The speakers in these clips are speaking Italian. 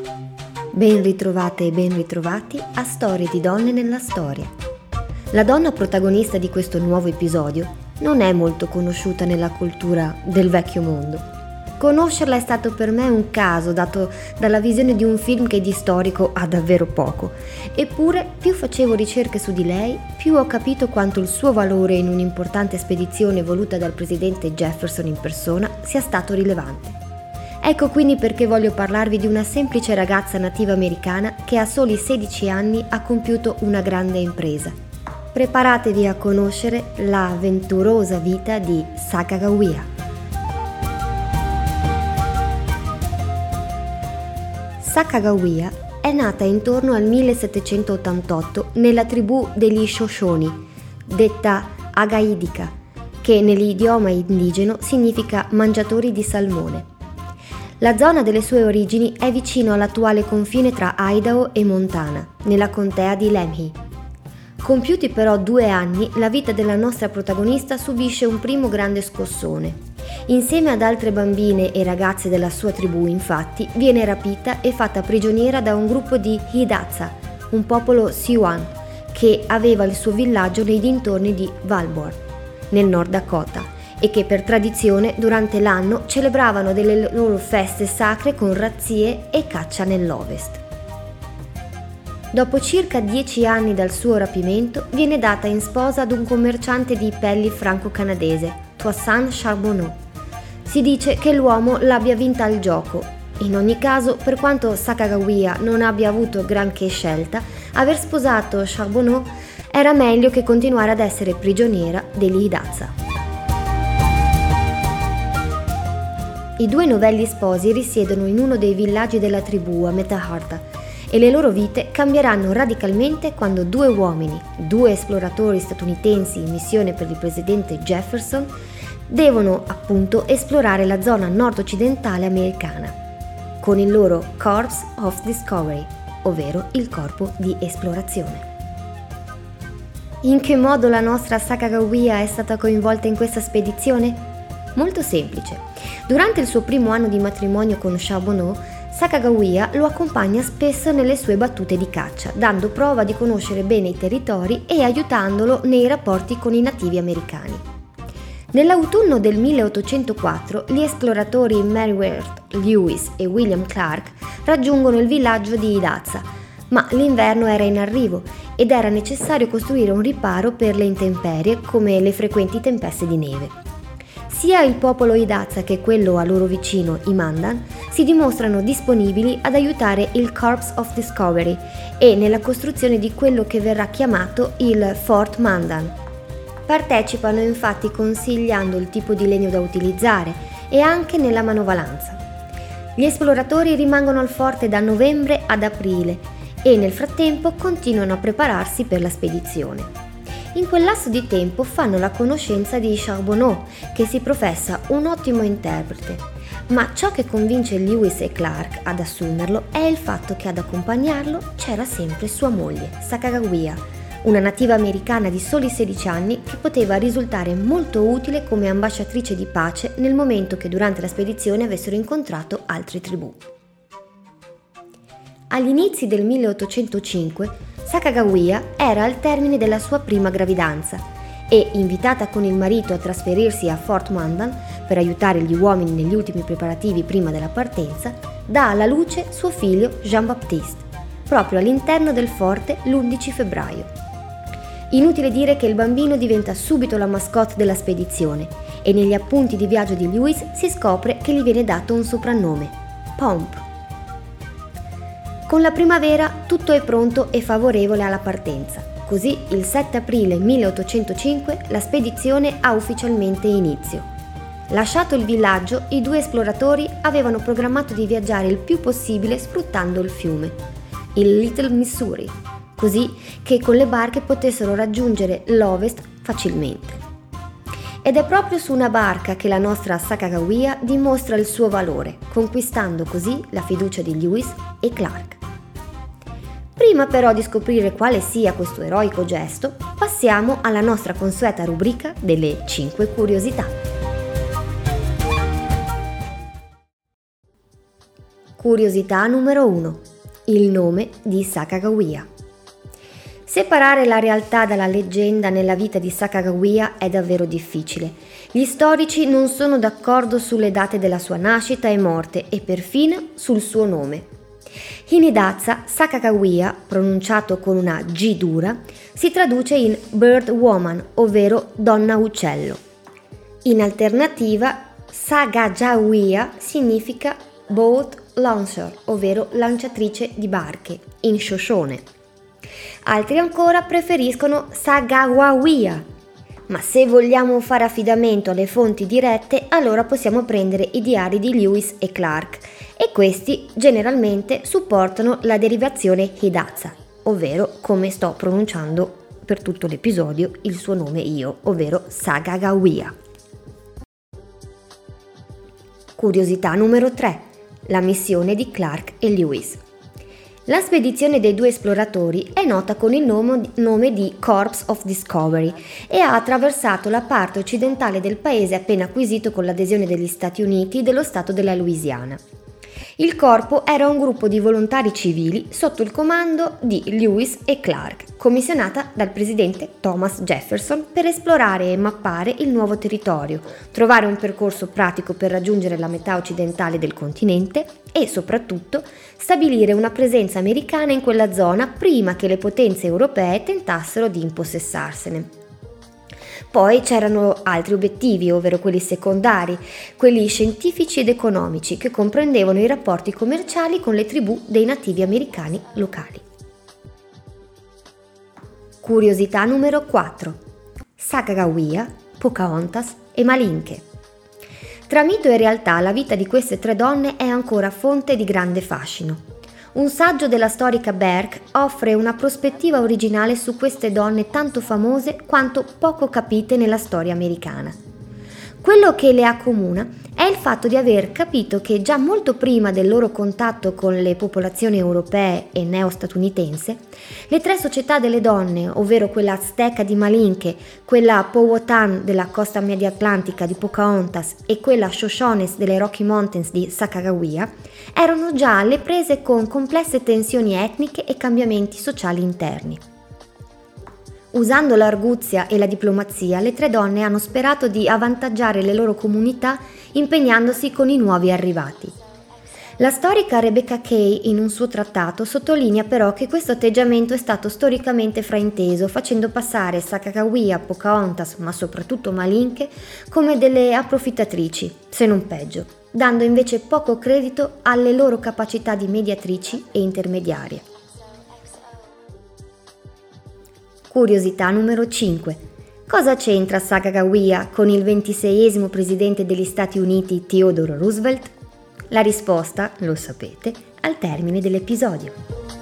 Ben ritrovate e ben ritrovati a Storie di donne nella storia. La donna protagonista di questo nuovo episodio non è molto conosciuta nella cultura del vecchio mondo. Conoscerla è stato per me un caso dato dalla visione di un film che di storico ha davvero poco. Eppure, più facevo ricerche su di lei, più ho capito quanto il suo valore in un'importante spedizione voluta dal presidente Jefferson in persona sia stato rilevante. Ecco quindi perché voglio parlarvi di una semplice ragazza nativa americana che a soli 16 anni ha compiuto una grande impresa. Preparatevi a conoscere la avventurosa vita di Sacagawea. Sacagawea è nata intorno al 1788 nella tribù degli Shoshone, detta Agaidica, che nell'idioma indigeno significa mangiatori di salmone. La zona delle sue origini è vicino all'attuale confine tra Idaho e Montana, nella contea di Lemhi. Compiuti però 2 anni, la vita della nostra protagonista subisce un primo grande scossone. Insieme ad altre bambine e ragazze della sua tribù, infatti, viene rapita e fatta prigioniera da un gruppo di Hidatsa, un popolo Siouan, che aveva il suo villaggio nei dintorni di Valborg, nel Nord Dakota, e che per tradizione durante l'anno celebravano delle loro feste sacre con razzie e caccia nell'Ovest. Dopo circa 10 anni dal suo rapimento, viene data in sposa ad un commerciante di pelli franco-canadese, Toussaint Charbonneau. Si dice che l'uomo l'abbia vinta al gioco. In ogni caso, per quanto Sacagawea non abbia avuto granché scelta, aver sposato Charbonneau era meglio che continuare ad essere prigioniera degli Hidatsa. I 2 novelli sposi risiedono in uno dei villaggi della tribù a Metaharta e le loro vite cambieranno radicalmente quando 2 uomini, 2 esploratori statunitensi in missione per il presidente Jefferson, devono appunto esplorare la zona nord-occidentale americana con il loro Corps of Discovery, ovvero il corpo di esplorazione. In che modo la nostra Sacagawea è stata coinvolta in questa spedizione? Molto semplice. Durante il suo primo anno di matrimonio con Charbonneau, Sacagawea lo accompagna spesso nelle sue battute di caccia, dando prova di conoscere bene i territori e aiutandolo nei rapporti con i nativi americani. Nell'autunno del 1804 gli esploratori Meriwether Lewis e William Clark raggiungono il villaggio di Hidatsa, ma l'inverno era in arrivo ed era necessario costruire un riparo per le intemperie come le frequenti tempeste di neve. Sia il popolo Hidatsa che quello a loro vicino, i Mandan, si dimostrano disponibili ad aiutare il Corps of Discovery e nella costruzione di quello che verrà chiamato il Fort Mandan. Partecipano infatti consigliando il tipo di legno da utilizzare e anche nella manovalanza. Gli esploratori rimangono al forte da novembre ad aprile e nel frattempo continuano a prepararsi per la spedizione. In quel lasso di tempo fanno la conoscenza di Charbonneau, che si professa un ottimo interprete, ma ciò che convince Lewis e Clark ad assumerlo è il fatto che ad accompagnarlo c'era sempre sua moglie, Sacagawea, una nativa americana di soli 16 anni che poteva risultare molto utile come ambasciatrice di pace nel momento che durante la spedizione avessero incontrato altre tribù. Agli inizi del 1805, Sacagawea era al termine della sua prima gravidanza e, invitata con il marito a trasferirsi a Fort Mandan per aiutare gli uomini negli ultimi preparativi prima della partenza, dà alla luce suo figlio Jean-Baptiste, proprio all'interno del forte l'11 febbraio. Inutile dire che il bambino diventa subito la mascotte della spedizione e negli appunti di viaggio di Lewis si scopre che gli viene dato un soprannome, Pomp. Con la primavera tutto è pronto e favorevole alla partenza. Così il 7 aprile 1805 la spedizione ha ufficialmente inizio. Lasciato il villaggio, i 2 esploratori avevano programmato di viaggiare il più possibile sfruttando il fiume, il Little Missouri, così che con le barche potessero raggiungere l'Ovest facilmente. Ed è proprio su una barca che la nostra Sacagawea dimostra il suo valore, conquistando così la fiducia di Lewis e Clark. Prima però di scoprire quale sia questo eroico gesto, passiamo alla nostra consueta rubrica delle 5 curiosità. Curiosità numero 1. Il nome di Sacagawea. Separare la realtà dalla leggenda nella vita di Sacagawea è davvero difficile. Gli storici non sono d'accordo sulle date della sua nascita e morte e perfino sul suo nome. In Hidatsa, Sacagawea, pronunciato con una G dura, si traduce in Bird Woman, ovvero donna uccello. In alternativa, Sacagawea significa Boat Launcher, ovvero lanciatrice di barche, in Shoshone. Altri ancora preferiscono Sacagawea, ma se vogliamo fare affidamento alle fonti dirette, allora possiamo prendere i diari di Lewis e Clark, e questi generalmente supportano la derivazione Hidatsa, ovvero come sto pronunciando per tutto l'episodio il suo nome io, ovvero Sacagawea. Curiosità numero 3. La missione di Clark e Lewis. La spedizione dei due esploratori è nota con il nome di Corps of Discovery e ha attraversato la parte occidentale del paese appena acquisito con l'adesione degli Stati Uniti dello stato della Louisiana. Il corpo era un gruppo di volontari civili sotto il comando di Lewis e Clark, commissionata dal presidente Thomas Jefferson per esplorare e mappare il nuovo territorio, trovare un percorso pratico per raggiungere la metà occidentale del continente e, soprattutto, stabilire una presenza americana in quella zona prima che le potenze europee tentassero di impossessarsene. Poi c'erano altri obiettivi, ovvero quelli secondari, quelli scientifici ed economici, che comprendevano i rapporti commerciali con le tribù dei nativi americani locali. Curiosità numero 4. Sacagawea, Pocahontas e Malinche. Tra mito e realtà, la vita di queste tre donne è ancora fonte di grande fascino. Un saggio della storica Burke offre una prospettiva originale su queste donne tanto famose quanto poco capite nella storia americana. Quello che le accomuna è il fatto di aver capito che già molto prima del loro contatto con le popolazioni europee e neostatunitense, le tre società delle donne, ovvero quella azteca di Malinche, quella Powhatan della costa media atlantica di Pocahontas e quella Shoshones delle Rocky Mountains di Sacagawea, erano già alle prese con complesse tensioni etniche e cambiamenti sociali interni. Usando l'arguzia e la diplomazia, le tre donne hanno sperato di avvantaggiare le loro comunità impegnandosi con i nuovi arrivati. La storica Rebecca Kay, in un suo trattato, sottolinea però che questo atteggiamento è stato storicamente frainteso, facendo passare Sacagawea, Pocahontas, ma soprattutto Malinche, come delle approfittatrici, se non peggio, dando invece poco credito alle loro capacità di mediatrici e intermediarie. Curiosità numero 5. Cosa c'entra Sacagawea con il 26esimo presidente degli Stati Uniti Theodore Roosevelt? La risposta, lo sapete, al termine dell'episodio.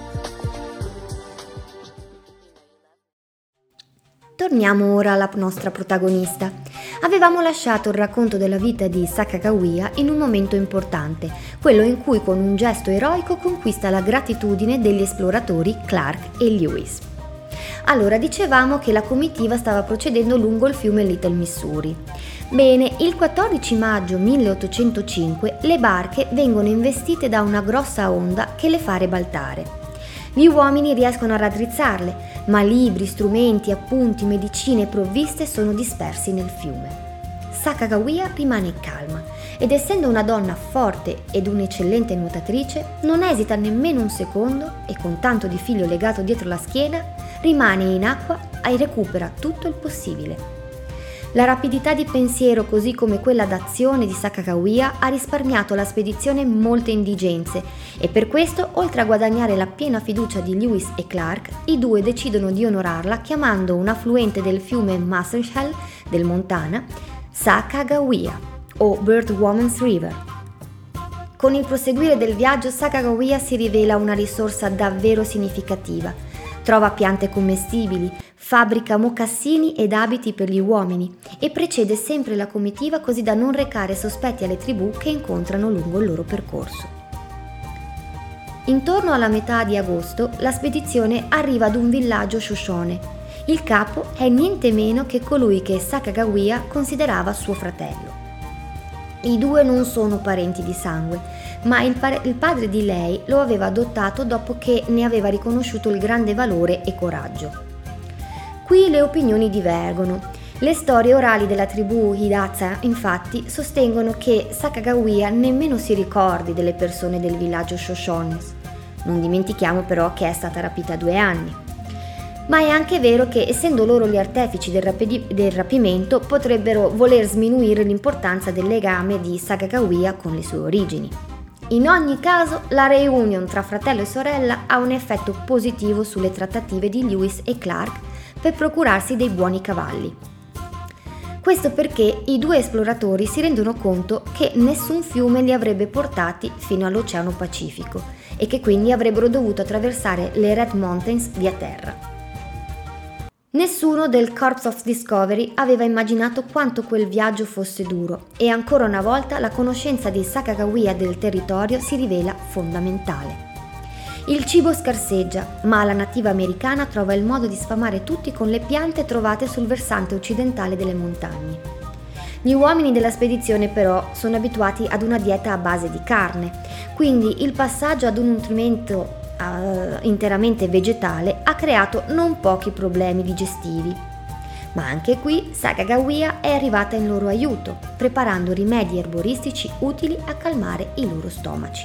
Torniamo ora alla nostra protagonista. Avevamo lasciato il racconto della vita di Sacagawea in un momento importante, quello in cui con un gesto eroico conquista la gratitudine degli esploratori Clark e Lewis. Allora, dicevamo che la comitiva stava procedendo lungo il fiume Little Missouri. Bene, il 14 maggio 1805 le barche vengono investite da una grossa onda che le fa ribaltare. Gli uomini riescono a raddrizzarle, ma libri, strumenti, appunti, medicine e provviste sono dispersi nel fiume. Sacagawea rimane calma ed essendo una donna forte ed un'eccellente nuotatrice, non esita nemmeno un secondo e con tanto di filo legato dietro la schiena rimane in acqua e recupera tutto il possibile. La rapidità di pensiero così come quella d'azione di Sacagawea ha risparmiato alla spedizione molte indigenze e per questo, oltre a guadagnare la piena fiducia di Lewis e Clark, i due decidono di onorarla chiamando un affluente del fiume Musselshell del Montana Sacagawea o Bird Woman's River. Con il proseguire del viaggio Sacagawea si rivela una risorsa davvero significativa. Trova piante commestibili, fabbrica mocassini ed abiti per gli uomini e precede sempre la comitiva così da non recare sospetti alle tribù che incontrano lungo il loro percorso. Intorno alla metà di agosto la spedizione arriva ad un villaggio Shoshone. Il capo è niente meno che colui che Sacagawea considerava suo fratello. I due non sono parenti di sangue, ma il padre di lei lo aveva adottato dopo che ne aveva riconosciuto il grande valore e coraggio. Qui le opinioni divergono. Le storie orali della tribù Hidatsa, infatti, sostengono che Sacagawea nemmeno si ricordi delle persone del villaggio Shoshones. Non dimentichiamo però che è stata rapita 2 anni. Ma è anche vero che, essendo loro gli artefici del rapimento, potrebbero voler sminuire l'importanza del legame di Sacagawea con le sue origini. In ogni caso, la reunion tra fratello e sorella ha un effetto positivo sulle trattative di Lewis e Clark per procurarsi dei buoni cavalli. Questo perché i 2 esploratori si rendono conto che nessun fiume li avrebbe portati fino all'Oceano Pacifico e che quindi avrebbero dovuto attraversare le Red Mountains via terra. Nessuno del Corps of Discovery aveva immaginato quanto quel viaggio fosse duro e ancora una volta la conoscenza di Sacagawea del territorio si rivela fondamentale. Il cibo scarseggia, ma la nativa americana trova il modo di sfamare tutti con le piante trovate sul versante occidentale delle montagne. Gli uomini della spedizione però sono abituati ad una dieta a base di carne, quindi il passaggio ad un nutrimento interamente vegetale ha creato non pochi problemi digestivi. Ma anche qui Sacagawea è arrivata in loro aiuto, preparando rimedi erboristici utili a calmare i loro stomaci.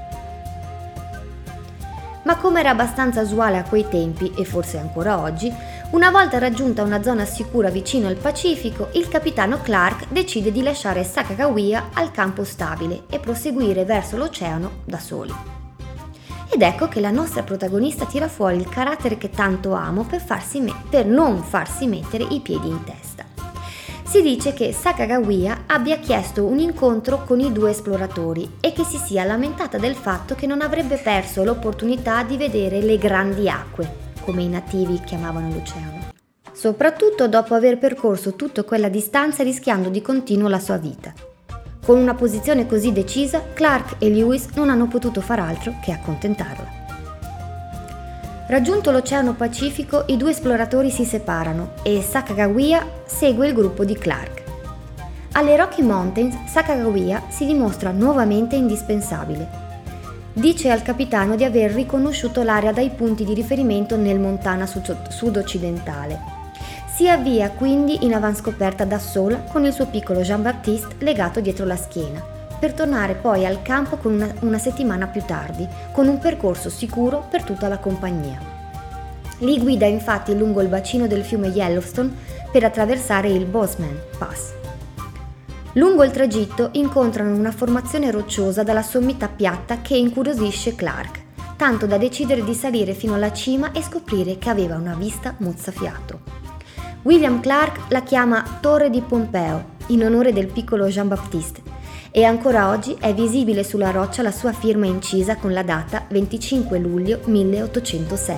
Ma come era abbastanza usuale a quei tempi, e forse ancora oggi, una volta raggiunta una zona sicura vicino al Pacifico, il capitano Clark decide di lasciare Sacagawea al campo stabile e proseguire verso l'oceano da soli. Ed ecco che la nostra protagonista tira fuori il carattere che tanto amo per non farsi mettere i piedi in testa. Si dice che Sacagawea abbia chiesto un incontro con i 2 esploratori e che si sia lamentata del fatto che non avrebbe perso l'opportunità di vedere le grandi acque, come i nativi chiamavano l'oceano, soprattutto dopo aver percorso tutta quella distanza rischiando di continuo la sua vita. Con una posizione così decisa, Clark e Lewis non hanno potuto far altro che accontentarla. Raggiunto l'Oceano Pacifico, i 2 esploratori si separano e Sacagawea segue il gruppo di Clark. Alle Rocky Mountains, Sacagawea si dimostra nuovamente indispensabile. Dice al capitano di aver riconosciuto l'area dai punti di riferimento nel Montana sud-occidentale. Si avvia quindi in avanscoperta da sola con il suo piccolo Jean-Baptiste legato dietro la schiena, per tornare poi al campo con una settimana più tardi, con un percorso sicuro per tutta la compagnia. Li guida infatti lungo il bacino del fiume Yellowstone per attraversare il Bozeman Pass. Lungo il tragitto incontrano una formazione rocciosa dalla sommità piatta che incuriosisce Clark, tanto da decidere di salire fino alla cima e scoprire che aveva una vista mozzafiato. William Clark la chiama Torre di Pompeo, in onore del piccolo Jean-Baptiste, e ancora oggi è visibile sulla roccia la sua firma incisa con la data 25 luglio 1806.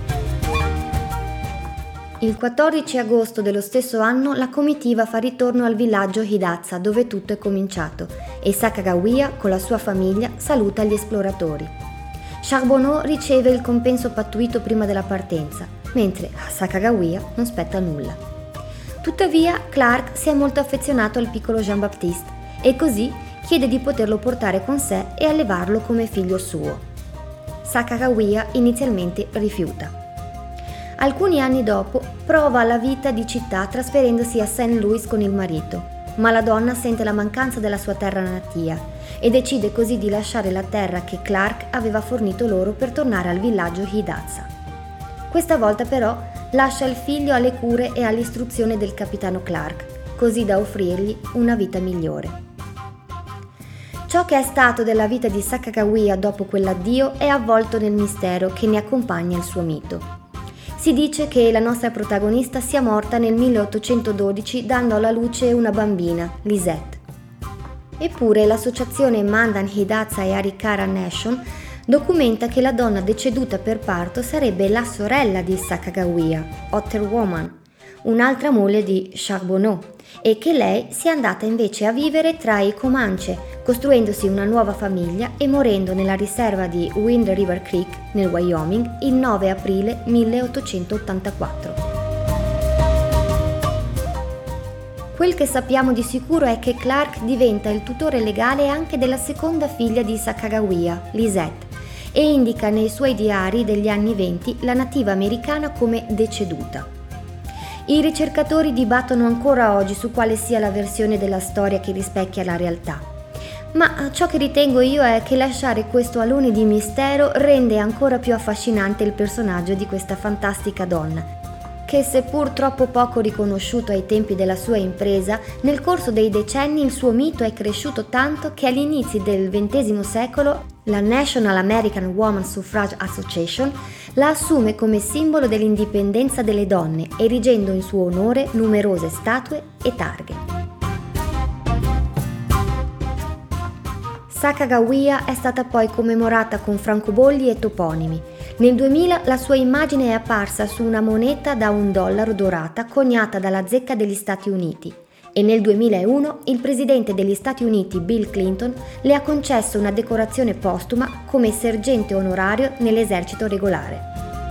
Il 14 agosto dello stesso anno la comitiva fa ritorno al villaggio Hidatsa dove tutto è cominciato e Sacagawea con la sua famiglia saluta gli esploratori. Charbonneau riceve il compenso pattuito prima della partenza, mentre a Sacagawea non spetta nulla. Tuttavia Clark si è molto affezionato al piccolo Jean-Baptiste e così chiede di poterlo portare con sé e allevarlo come figlio suo. Sacagawea inizialmente rifiuta. Alcuni anni dopo prova la vita di città trasferendosi a St. Louis con il marito, ma la donna sente la mancanza della sua terra natia e decide così di lasciare la terra che Clark aveva fornito loro per tornare al villaggio Hidatsa. Questa volta però lascia il figlio alle cure e all'istruzione del capitano Clark, così da offrirgli una vita migliore. Ciò che è stato della vita di Sacagawea dopo quell'addio è avvolto nel mistero che ne accompagna il suo mito. Si dice che la nostra protagonista sia morta nel 1812 dando alla luce una bambina, Lisette. Eppure l'associazione Mandan Hidatsa e Arikara Nation documenta che la donna deceduta per parto sarebbe la sorella di Sacagawea, Otter Woman, un'altra moglie di Charbonneau, e che lei sia andata invece a vivere tra i Comanche, costruendosi una nuova famiglia e morendo nella riserva di Wind River Creek, nel Wyoming, il 9 aprile 1884. Quel che sappiamo di sicuro è che Clark diventa il tutore legale anche della seconda figlia di Sacagawea, Lisette, e indica nei suoi diari degli anni 20 la nativa americana come deceduta. I ricercatori dibattono ancora oggi su quale sia la versione della storia che rispecchia la realtà. Ma ciò che ritengo io è che lasciare questo alone di mistero rende ancora più affascinante il personaggio di questa fantastica donna, che seppur troppo poco riconosciuto ai tempi della sua impresa, nel corso dei decenni il suo mito è cresciuto tanto che agli inizi del XX secolo la National American Woman Suffrage Association la assume come simbolo dell'indipendenza delle donne, erigendo in suo onore numerose statue e targhe. Sacagawea è stata poi commemorata con francobolli e toponimi. Nel 2000 la sua immagine è apparsa su una moneta da $1 dorata coniata dalla zecca degli Stati Uniti e nel 2001 il presidente degli Stati Uniti Bill Clinton le ha concesso una decorazione postuma come sergente onorario nell'esercito regolare.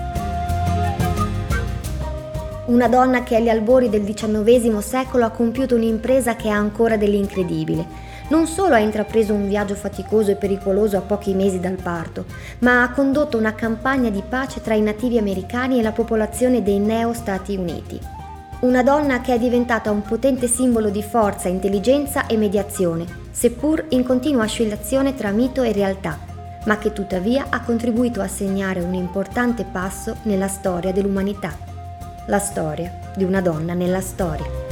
Una donna che agli albori del XIX secolo ha compiuto un'impresa che ha ancora dell'incredibile. Non solo ha intrapreso un viaggio faticoso e pericoloso a pochi mesi dal parto, ma ha condotto una campagna di pace tra i nativi americani e la popolazione dei neo-Stati Uniti. Una donna che è diventata un potente simbolo di forza, intelligenza e mediazione, seppur in continua oscillazione tra mito e realtà, ma che tuttavia ha contribuito a segnare un importante passo nella storia dell'umanità. La storia di una donna nella storia.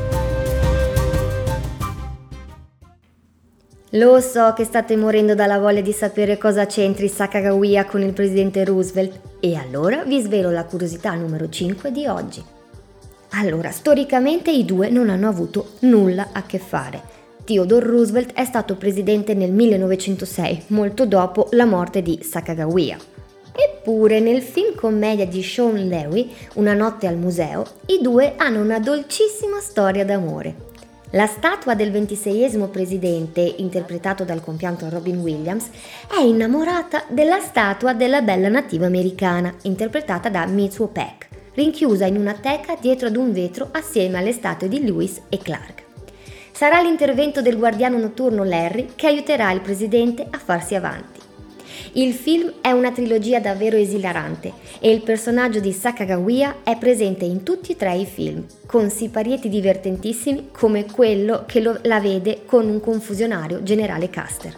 Lo so che state morendo dalla voglia di sapere cosa c'entri Sacagawea con il presidente Roosevelt e allora vi svelo la curiosità numero 5 di oggi. Allora, storicamente i due non hanno avuto nulla a che fare. Theodore Roosevelt è stato presidente nel 1906, molto dopo la morte di Sacagawea. Eppure nel film commedia di Shawn Levy, Una notte al museo, i due hanno una dolcissima storia d'amore. La statua del 26esimo presidente, interpretato dal compianto Robin Williams, è innamorata della statua della bella nativa americana, interpretata da Mitsuo Peck, rinchiusa in una teca dietro ad un vetro assieme alle statue di Lewis e Clark. Sarà l'intervento del guardiano notturno Larry che aiuterà il presidente a farsi avanti. Il film è una trilogia davvero esilarante e il personaggio di Sacagawea è presente in tutti e 3 i film, con siparieti divertentissimi come quello che la vede con un confusionario generale Custer.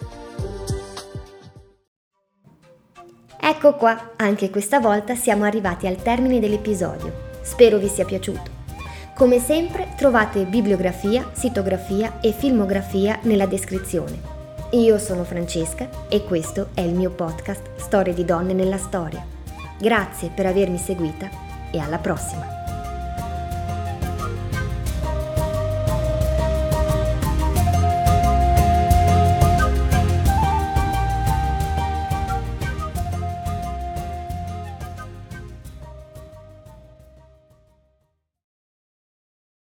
Ecco qua, anche questa volta siamo arrivati al termine dell'episodio. Spero vi sia piaciuto. Come sempre trovate bibliografia, sitografia e filmografia nella descrizione. Io sono Francesca e questo è il mio podcast Storie di donne nella storia. Grazie per avermi seguita e alla prossima!